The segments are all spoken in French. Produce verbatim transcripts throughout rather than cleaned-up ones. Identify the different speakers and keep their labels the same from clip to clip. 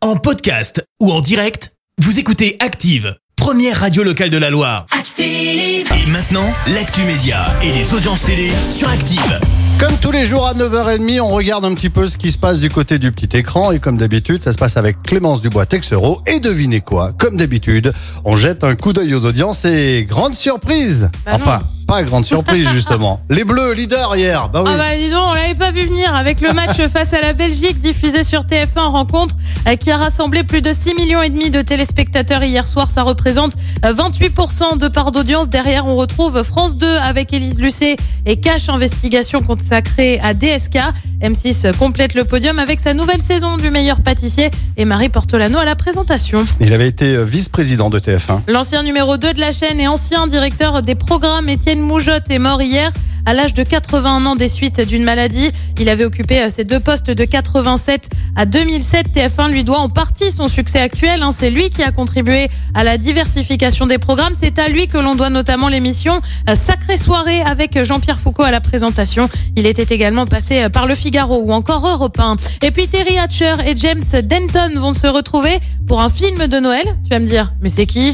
Speaker 1: En podcast ou en direct, vous écoutez Active, première radio locale de la Loire. Active! Et maintenant, l'actu média et les audiences télé sur Active.
Speaker 2: Comme tous les jours à neuf heures trente, on regarde un petit peu ce qui se passe du côté du petit écran. Et comme d'habitude, ça se passe avec Clémence Dubois-Texero. Et devinez quoi? Comme d'habitude, on jette un coup d'œil aux audiences et grande surprise.
Speaker 3: Bah
Speaker 2: enfin, pas grande surprise justement. Les Bleus, leaders hier. Bah oui.
Speaker 3: Ah bah dis donc, on l'avait pas vu venir avec le match face à la Belgique diffusé sur T F un, rencontre qui a rassemblé plus de six millions et demi de téléspectateurs hier soir. Ça représente vingt-huit pour cent de part d'audience. Derrière, on retrouve France deux avec Élise Lucet et Cash Investigation consacrée à D S K. M six complète le podium avec sa nouvelle saison du meilleur pâtissier et Marie Portolano à la présentation.
Speaker 2: Il avait été vice-président de T F un.
Speaker 3: L'ancien numéro deux de la chaîne et ancien directeur des programmes, Étienne Moujotte, est mort hier à l'âge de quatre-vingt-un ans des suites d'une maladie. Il avait occupé ces deux postes de quatre-vingt-sept à deux mille sept. T F un lui doit en partie son succès actuel. C'est lui qui a contribué à la diversification des programmes. C'est à lui que l'on doit notamment l'émission Sacrée Soirée avec Jean-Pierre Foucault à la présentation. Il était également passé par Le Figaro ou encore Europe un. Et puis Terry Hatcher et James Denton vont se retrouver pour un film de Noël. Tu vas me dire, mais c'est qui ?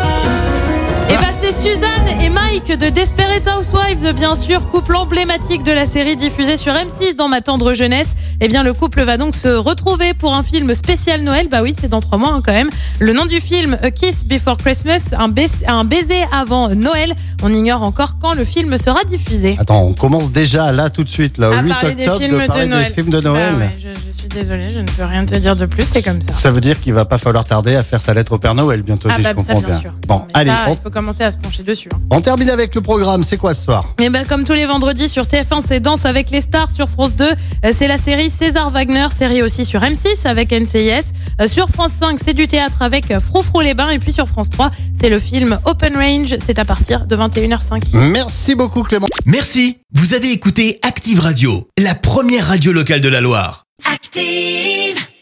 Speaker 3: Et bah c'est Suzanne et Mike de Desperate Housewives, bien sûr, couple emblématique de la série diffusée sur M six dans ma tendre jeunesse. Eh bien le couple va donc se retrouver pour un film spécial Noël. Bah oui, c'est dans trois mois hein, quand même. Le nom du film, A Kiss Before Christmas, un baiser, un baiser avant Noël. On ignore encore quand le film sera diffusé.
Speaker 2: Attends, on commence déjà là tout de suite, là, au
Speaker 3: à
Speaker 2: huit
Speaker 3: parler
Speaker 2: octobre,
Speaker 3: des films
Speaker 2: de parler
Speaker 3: de Noël.
Speaker 2: des films de Noël.
Speaker 3: Bah ouais, je, je suis désolée, je ne peux rien te dire de plus, c'est comme ça.
Speaker 2: Ça veut dire qu'il va pas falloir tarder à faire sa lettre au Père Noël bientôt,
Speaker 3: Ah
Speaker 2: si
Speaker 3: bah
Speaker 2: je comprends
Speaker 3: ça, bien
Speaker 2: bien.
Speaker 3: sûr.
Speaker 2: Bon,
Speaker 3: Mais
Speaker 2: allez,
Speaker 3: ça,
Speaker 2: on,
Speaker 3: il faut commencer à se pencher dessus. Hein.
Speaker 2: on termine avec le programme. C'est quoi ce soir?
Speaker 3: Et ben comme tous les vendredis sur T F un, c'est Danse avec les stars. Sur France deux, c'est la série César Wagner, série aussi sur M six avec N C I S. Sur France cinq, c'est du théâtre avec Froufrou les Bains. Et puis sur France trois, c'est le film Open Range. C'est à partir de vingt et une heures cinq.
Speaker 2: Merci beaucoup Clément.
Speaker 1: Merci, vous avez écouté Active Radio, la première radio locale de la Loire.
Speaker 4: Active!